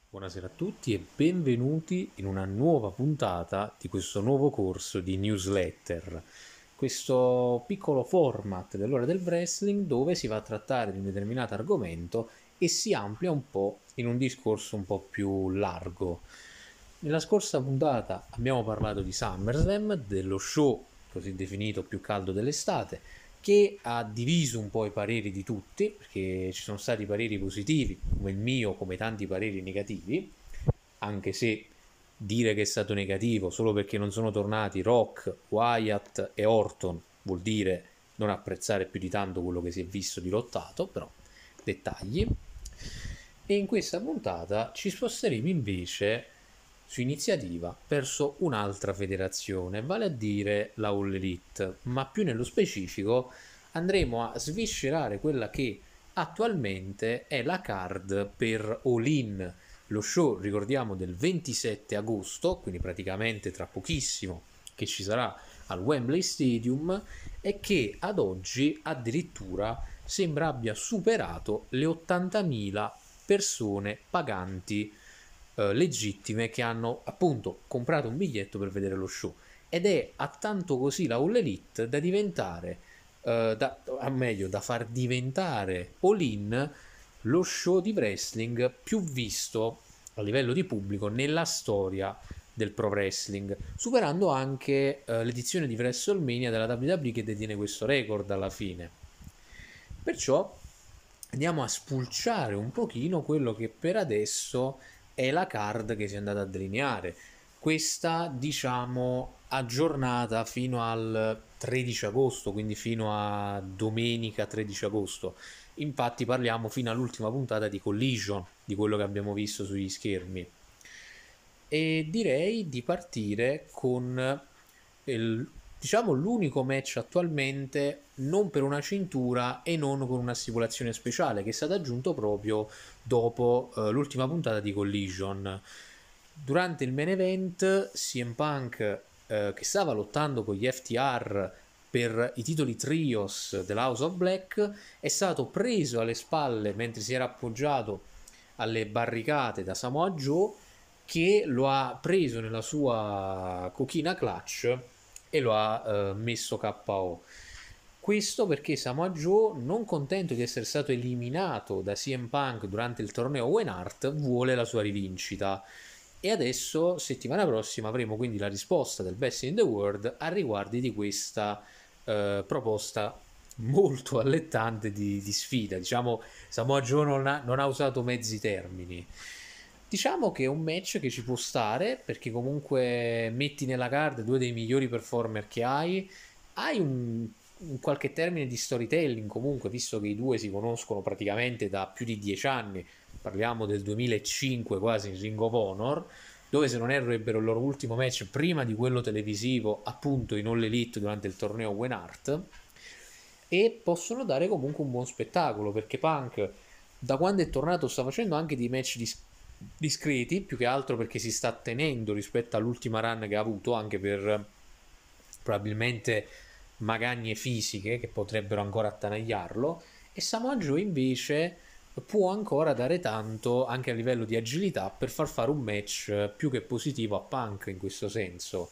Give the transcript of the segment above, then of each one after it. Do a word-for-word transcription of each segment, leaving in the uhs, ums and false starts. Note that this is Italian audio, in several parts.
Buonasera a tutti e benvenuti in una nuova puntata di questo nuovo corso di newsletter. Questo piccolo format dell'ora del wrestling dove si va a trattare di un determinato argomento e si amplia un po' in un discorso un po' più largo. Nella scorsa puntata abbiamo parlato di SummerSlam, dello show così definito più caldo dell'estate, che ha diviso un po' i pareri di tutti, perché ci sono stati pareri positivi, come il mio, come tanti pareri negativi, anche se dire che è stato negativo solo perché non sono tornati Rock, Wyatt e Orton vuol dire non apprezzare più di tanto quello che si è visto di lottato, però dettagli. E in questa puntata ci sposteremo invece su iniziativa verso un'altra federazione, vale a dire la All Elite, ma più nello specifico andremo a sviscerare quella che attualmente è la card per All In, lo show, ricordiamo, del ventisette agosto, quindi praticamente tra pochissimo, che ci sarà al Wembley Stadium, e che ad oggi addirittura sembra abbia superato le ottantamila persone paganti eh, legittime che hanno appunto comprato un biglietto per vedere lo show. Ed è a tanto così la All Elite da diventare, eh, da, a meglio, da far diventare All In lo show di wrestling più visto a livello di pubblico nella storia del pro wrestling, superando anche eh, l'edizione di WrestleMania della W W E che detiene questo record alla fine. Perciò andiamo a spulciare un pochino quello che per adesso è la card che si è andata a delineare. Questa, diciamo, aggiornata fino al tredici agosto, quindi fino a domenica tredici agosto. Infatti parliamo fino all'ultima puntata di Collision, di quello che abbiamo visto sugli schermi. E direi di partire con il, diciamo, l'unico match attualmente non per una cintura e non con una stipulazione speciale, che è stato aggiunto proprio dopo eh, l'ultima puntata di Collision. Durante il main event C M Punk, eh, che stava lottando con gli F T R per i titoli trios dell'House of Black, è stato preso alle spalle mentre si era appoggiato alle barricate da Samoa Joe, che lo ha preso nella sua cochina clutch e lo ha eh, messo K O. Questo perché Samoa Joe, non contento di essere stato eliminato da C M Punk durante il torneo Owen Hart, vuole la sua rivincita. E adesso, settimana prossima, avremo quindi la risposta del Best in the World a riguardi di questa eh, proposta molto allettante di, di sfida. Diciamo, Samoa Joe non ha, non ha usato mezzi termini. Diciamo che è un match che ci può stare, perché comunque metti nella card due dei migliori performer che hai, hai un, un qualche termine di storytelling comunque, visto che i due si conoscono praticamente da più di dieci anni, parliamo del duemilacinque quasi in Ring of Honor, dove se non erro ebbero il loro ultimo match prima di quello televisivo appunto in All Elite durante il torneo Owen Hart, e possono dare comunque un buon spettacolo, perché Punk da quando è tornato sta facendo anche dei match dis- discreti, più che altro perché si sta tenendo rispetto all'ultima run che ha avuto, anche per probabilmente magagne fisiche che potrebbero ancora attanagliarlo, e Samoa Joe invece può ancora dare tanto anche a livello di agilità per far fare un match più che positivo a Punk in questo senso.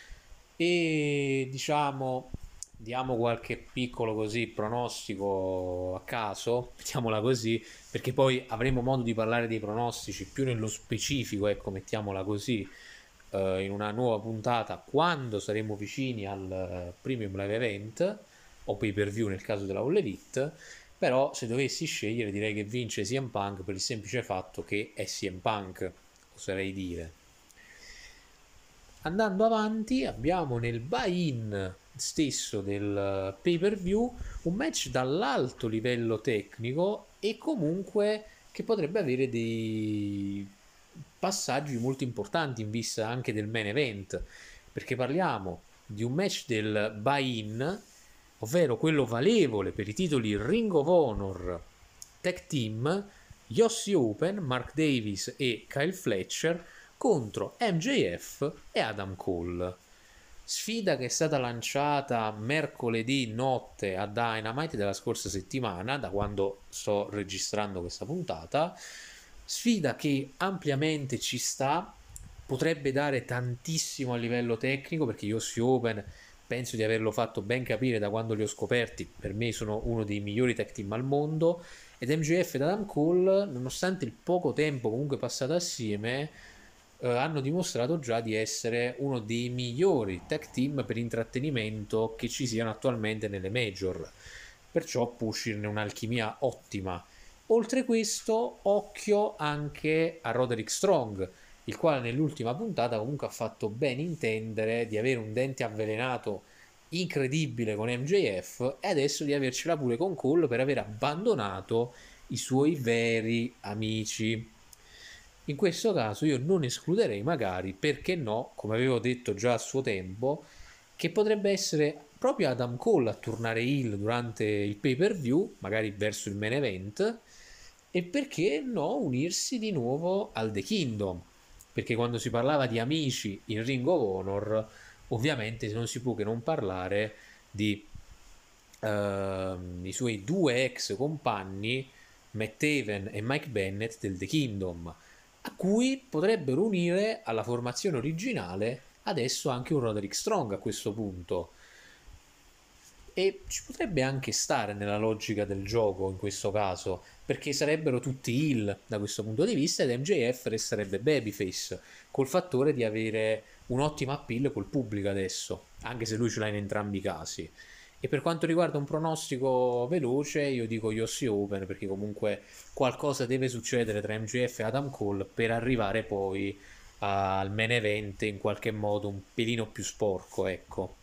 E diciamo, diamo qualche piccolo così pronostico a caso, mettiamola così, perché poi avremo modo di parlare dei pronostici più nello specifico, ecco, mettiamola così, eh, in una nuova puntata quando saremo vicini al eh, Premium Live Event o pay per view nel caso della All Elite. Però se dovessi scegliere direi che vince C M Punk per il semplice fatto che è C M Punk, oserei dire. Andando avanti abbiamo nel buy-in stesso del pay per view un match dall'alto livello tecnico e comunque che potrebbe avere dei passaggi molto importanti in vista anche del main event, perché parliamo di un match del buy-in, ovvero quello valevole per i titoli Ring of Honor Tag Team, Yossi Open, Mark Davis e Kyle Fletcher contro M J F e Adam Cole. Sfida che è stata lanciata mercoledì notte a Dynamite della scorsa settimana, da quando sto registrando questa puntata. Sfida che ampiamente ci sta, potrebbe dare tantissimo a livello tecnico, perché gli Aussie Open penso di averlo fatto ben capire da quando li ho scoperti, per me sono uno dei migliori tag team al mondo, ed M J F ed Adam Cole, nonostante il poco tempo comunque passato assieme, eh, hanno dimostrato già di essere uno dei migliori tag team per intrattenimento che ci siano attualmente nelle major, perciò può uscirne un'alchimia ottima. Oltre questo, occhio anche a Roderick Strong, il quale nell'ultima puntata comunque ha fatto ben intendere di avere un dente avvelenato incredibile con M J F e adesso di avercela pure con Cole per aver abbandonato i suoi veri amici. In questo caso io non escluderei magari, perché no, come avevo detto già a suo tempo, che potrebbe essere proprio Adam Cole a tornare heel durante il pay per view, magari verso il main event, e perché no unirsi di nuovo al The Kingdom, perché quando si parlava di amici in Ring of Honor ovviamente non si può che non parlare di uh, i suoi due ex compagni Matt Haven e Mike Bennett del The Kingdom, a cui potrebbero unire alla formazione originale adesso anche un Roderick Strong a questo punto. E ci potrebbe anche stare nella logica del gioco in questo caso, perché sarebbero tutti heel da questo punto di vista ed M J F resterebbe babyface, col fattore di avere un ottimo appeal col pubblico adesso, anche se lui ce l'ha in entrambi i casi. E per quanto riguarda un pronostico veloce, io dico gli Aussie Open, perché comunque qualcosa deve succedere tra M J F e Adam Cole per arrivare poi al main event in qualche modo un pelino più sporco, ecco.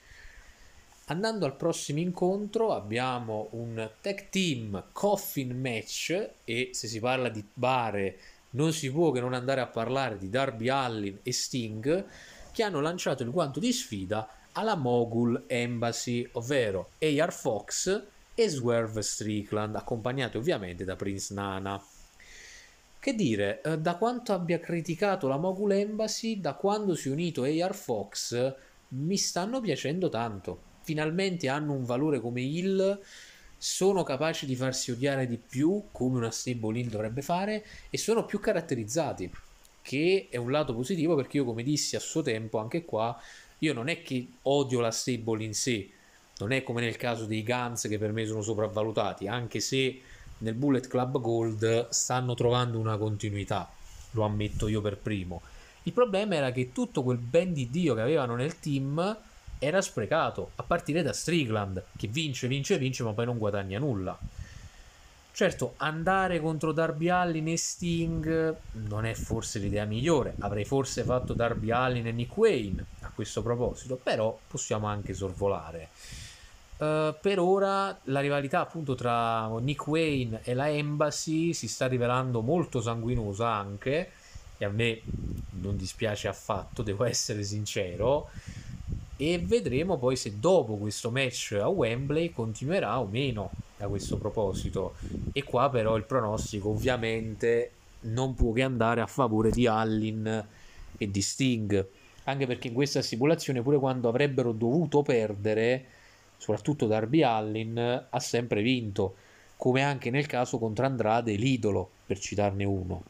Andando al prossimo incontro abbiamo un tag team coffin match, e se si parla di bare non si può che non andare a parlare di Darby Allin e Sting, che hanno lanciato il guanto di sfida alla Mogul Embassy, ovvero A R Fox e Swerve Strickland, accompagnati ovviamente da Prince Nana. Che dire, eh, da quanto abbia criticato la Mogul Embassy, da quando si è unito A R Fox, mi stanno piacendo tanto. Finalmente hanno un valore come heel, sono capaci di farsi odiare di più, come una stable heel dovrebbe fare, e sono più caratterizzati, che è un lato positivo, perché io, come dissi a suo tempo anche qua, io non è che odio la stable in sé, non è come nel caso dei Guns che per me sono sopravvalutati, anche se nel Bullet Club Gold stanno trovando una continuità, lo ammetto io per primo. Il problema era che tutto quel ben di Dio che avevano nel team era sprecato, a partire da Strickland, che vince, vince, vince, ma poi non guadagna nulla. Certo, andare contro Darby Allin e Sting non è forse l'idea migliore. Avrei forse fatto Darby Allin e Nick Wayne a questo proposito, però possiamo anche sorvolare. Uh, per ora la rivalità appunto tra Nick Wayne e la Embassy si sta rivelando molto sanguinosa anche, e a me non dispiace affatto, devo essere sincero, e vedremo poi se dopo questo match a Wembley continuerà o meno a questo proposito. E qua però il pronostico ovviamente non può che andare a favore di Allin e di Sting, anche perché in questa stipulazione, pure quando avrebbero dovuto perdere, soprattutto Darby Allin, ha sempre vinto, come anche nel caso contro Andrade, l'idolo, per citarne uno.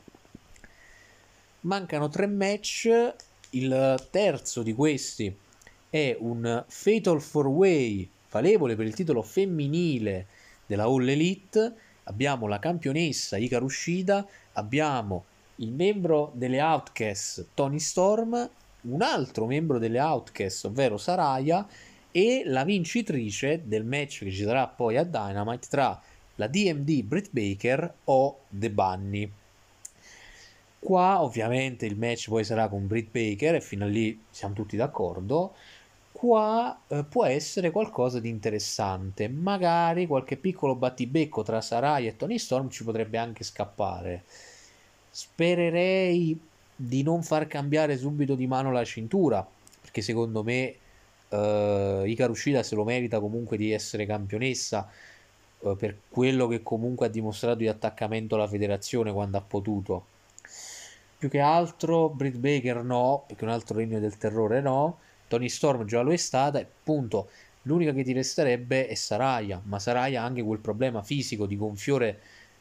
Mancano tre match, il terzo di questi è un Fatal four way valevole per il titolo femminile della All Elite. Abbiamo la campionessa Hikaru Shida, abbiamo il membro delle Outcasts Toni Storm, un altro membro delle Outcasts ovvero Saraya, e la vincitrice del match che ci sarà poi a Dynamite tra la D M D Britt Baker o The Bunny. Qua ovviamente il match poi sarà con Britt Baker e fino a lì siamo tutti d'accordo. Qua eh, può essere qualcosa di interessante, magari qualche piccolo battibecco tra Sarai e Toni Storm ci potrebbe anche scappare. Spererei di non far cambiare subito di mano la cintura, perché secondo me eh, Hikaru Shida se lo merita comunque di essere campionessa, eh, per quello che comunque ha dimostrato di attaccamento alla federazione quando ha potuto. Più che altro Britt Baker no, perché un altro regno del terrore no. Toni Storm già lo è stata, e appunto l'unica che ti resterebbe è Saraya, ma Saraya ha anche quel problema fisico di gonfiore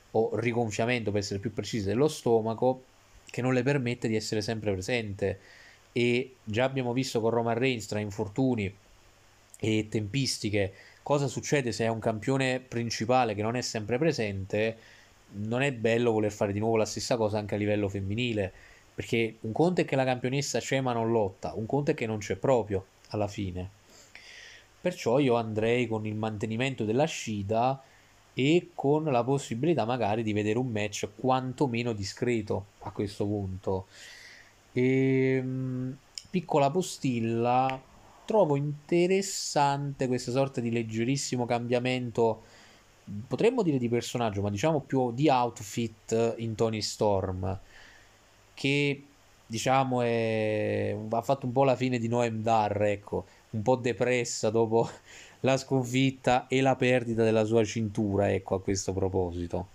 o rigonfiamento per essere più precisi dello stomaco, che non le permette di essere sempre presente. E già abbiamo visto con Roman Reigns, tra infortuni e tempistiche, cosa succede se è un campione principale che non è sempre presente. Non è bello voler fare di nuovo la stessa cosa anche a livello femminile, perché un conto è che la campionessa c'è ma non lotta, un conto è che non c'è proprio alla fine. Perciò io andrei con il mantenimento della Shida e con la possibilità magari di vedere un match quantomeno discreto a questo punto. E, piccola postilla, trovo interessante questa sorta di leggerissimo cambiamento, potremmo dire di personaggio, ma diciamo più di outfit in Tony Storm, che diciamo è, ha fatto un po' la fine di Noem Dar, ecco, un po' depressa dopo la sconfitta e la perdita della sua cintura, ecco, a questo proposito.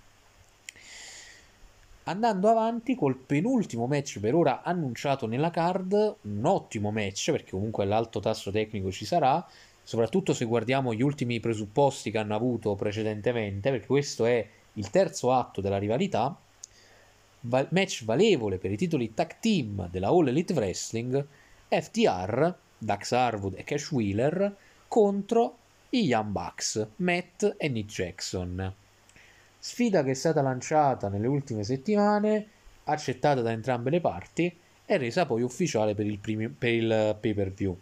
Andando avanti col penultimo match per ora annunciato nella card, un ottimo match perché comunque l'alto tasso tecnico ci sarà, soprattutto se guardiamo gli ultimi presupposti che hanno avuto precedentemente, perché questo è il terzo atto della rivalità, match valevole per i titoli tag team della All Elite Wrestling, F T R, Dax Harwood e Cash Wheeler contro i Young Bucks, Matt e Nick Jackson. Sfida che è stata lanciata nelle ultime settimane, accettata da entrambe le parti e resa poi ufficiale per il, primi, per il pay-per-view.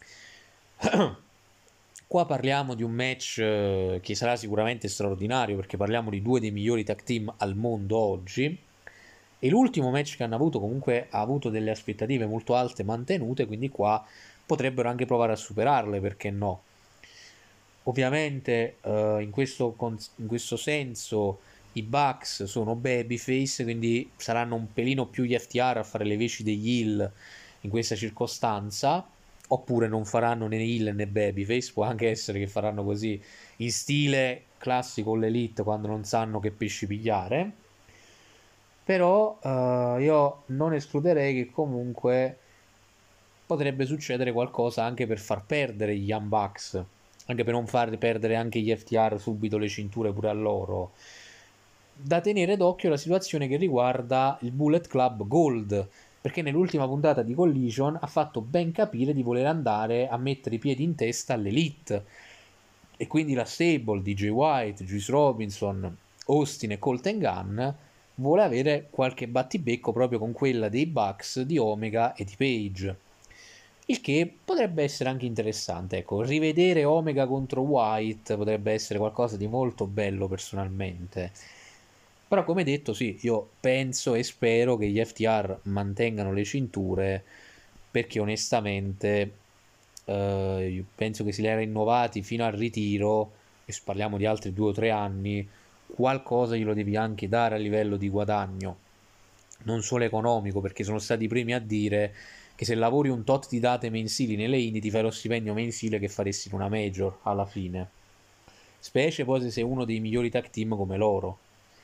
Qua parliamo di un match che sarà sicuramente straordinario, perché parliamo di due dei migliori tag team al mondo oggi, e l'ultimo match che hanno avuto comunque ha avuto delle aspettative molto alte mantenute, quindi qua potrebbero anche provare a superarle, perché no? Ovviamente uh, in, questo, in questo senso i Bucks sono babyface, quindi saranno un pelino più gli F T R a fare le veci degli heel in questa circostanza, oppure non faranno né heel né babyface, può anche essere che faranno così in stile classico l'Elite quando non sanno che pesci pigliare. Però uh, io non escluderei che comunque potrebbe succedere qualcosa anche per far perdere gli Young Bucks, anche per non far perdere anche gli F T R subito le cinture pure a loro. Da tenere d'occhio la situazione che riguarda il Bullet Club Gold, perché nell'ultima puntata di Collision ha fatto ben capire di voler andare a mettere i piedi in testa all'Elite, e quindi la stable di Jay White, Juice Robinson, Austin e Colten Gunn vuole avere qualche battibecco proprio con quella dei Bucks, di Omega e di Page. Il che potrebbe essere anche interessante, ecco, rivedere Omega contro White potrebbe essere qualcosa di molto bello personalmente. Però come detto, sì, io penso e spero che gli F T R mantengano le cinture, perché onestamente eh, io penso che se li ha rinnovati fino al ritiro, e parliamo di altri due o tre anni, qualcosa glielo devi anche dare a livello di guadagno, non solo economico, perché sono stati i primi a dire che se lavori un tot di date mensili nelle indie ti fai lo stipendio mensile che faresti in una major alla fine, specie poi se sei uno dei migliori tag team come loro.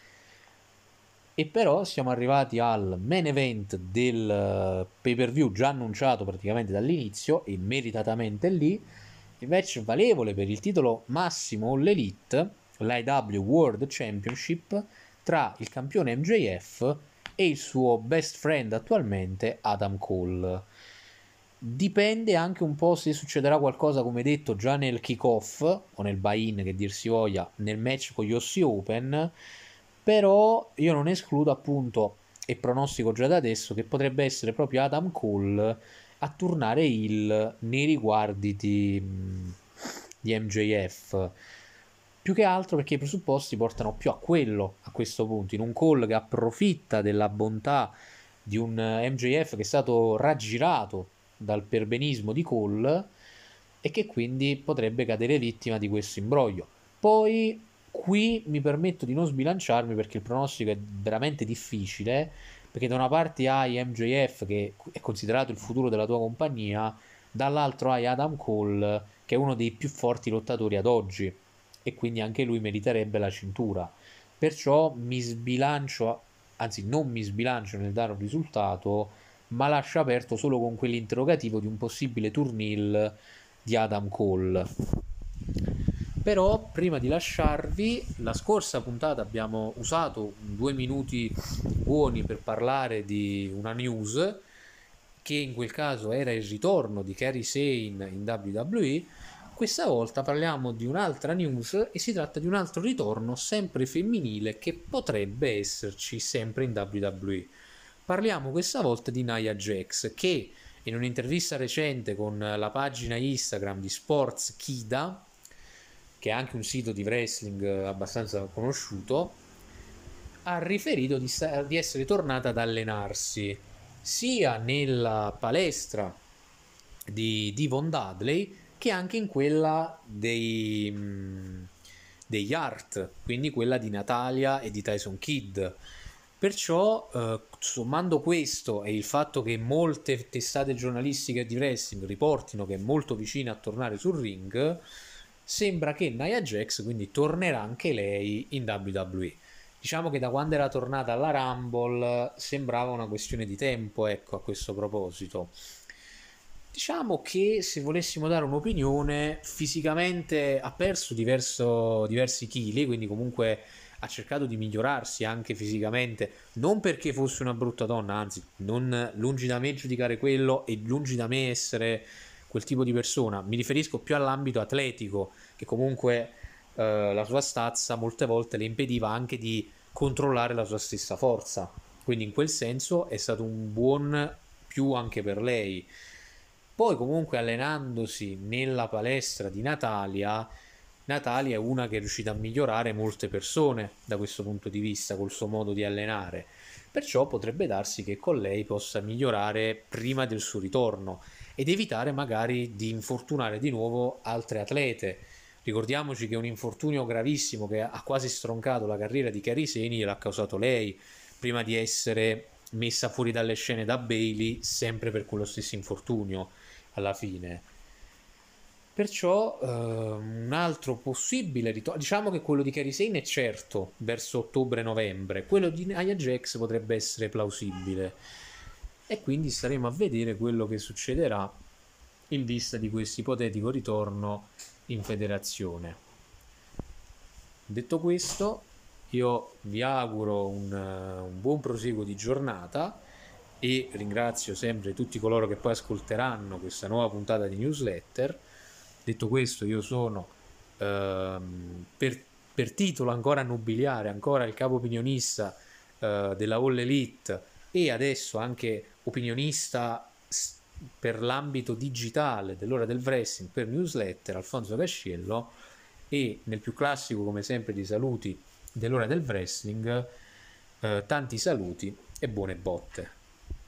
E però siamo arrivati al main event del pay per view già annunciato praticamente dall'inizio, e meritatamente lì, il match valevole per il titolo massimo All Elite, l'I W World Championship, tra il campione M J F e il suo best friend attualmente Adam Cole. Dipende anche un po' se succederà qualcosa, come detto già nel kick-off o nel buy-in che dir si voglia, nel match con gli Aussie Open. Però io non escludo, appunto, e pronostico già da adesso, che potrebbe essere proprio Adam Cole a tornare heel nei riguardi di, di M J F. Più che altro perché i presupposti portano più a quello a questo punto, in un Cole che approfitta della bontà di un M J F che è stato raggirato dal perbenismo di Cole e che quindi potrebbe cadere vittima di questo imbroglio. Poi qui mi permetto di non sbilanciarmi, perché il pronostico è veramente difficile, perché da una parte hai M J F che è considerato il futuro della tua compagnia, dall'altro hai Adam Cole che è uno dei più forti lottatori ad oggi, e quindi anche lui meriterebbe la cintura. Perciò mi sbilancio, anzi non mi sbilancio nel dare un risultato, ma lascio aperto solo con quell'interrogativo di un possibile turnil di Adam Cole. Però prima di lasciarvi, la scorsa puntata abbiamo usato due minuti buoni per parlare di una news, che in quel caso era il ritorno di Kairi Sane in W W E. Questa volta parliamo di un'altra news e si tratta di un altro ritorno sempre femminile che potrebbe esserci sempre in W W E. Parliamo questa volta di Nia Jax, che in un'intervista recente con la pagina Instagram di Sports Kida, che è anche un sito di wrestling abbastanza conosciuto, ha riferito di, sta- di essere tornata ad allenarsi sia nella palestra di Devon Dudley che anche in quella dei, mh, degli Hart, quindi quella di Natalia e di Tyson Kidd. Perciò, eh, sommando questo e il fatto che molte testate giornalistiche di wrestling riportino che è molto vicina a tornare sul ring, sembra che Nia Jax quindi tornerà anche lei in W W E. Diciamo che da quando era tornata alla Rumble sembrava una questione di tempo, ecco, a questo proposito. Diciamo che se volessimo dare un'opinione, fisicamente ha perso diverso, diversi chili, quindi comunque ha cercato di migliorarsi anche fisicamente, non perché fosse una brutta donna, anzi, non, lungi da me giudicare quello e lungi da me essere quel tipo di persona, mi riferisco più all'ambito atletico, che comunque eh, la sua stazza molte volte le impediva anche di controllare la sua stessa forza, quindi in quel senso è stato un buon più anche per lei. Poi comunque allenandosi nella palestra di Natalia, Natalia è una che è riuscita a migliorare molte persone da questo punto di vista col suo modo di allenare, perciò potrebbe darsi che con lei possa migliorare prima del suo ritorno ed evitare magari di infortunare di nuovo altre atlete. Ricordiamoci che un infortunio gravissimo che ha quasi stroncato la carriera di Kairi Sane l'ha causato lei, prima di essere messa fuori dalle scene da Bayley, sempre per quello stesso infortunio alla fine. Perciò eh, un altro possibile ritorno, diciamo che quello di Kairi Sane è certo verso ottobre-novembre, quello di Nia Jax potrebbe essere plausibile e quindi staremo a vedere quello che succederà in vista di questo ipotetico ritorno in federazione. Detto questo, io vi auguro un, un buon proseguo di giornata e ringrazio sempre tutti coloro che poi ascolteranno questa nuova puntata di newsletter. Detto questo, io sono ehm, per, per titolo ancora nobiliare, ancora il capo opinionista eh, della All Elite e adesso anche opinionista per l'ambito digitale dell'ora del wrestling per newsletter, Alfonso Casciello, e nel più classico come sempre di saluti dell'ora del wrestling, eh, tanti saluti e buone botte.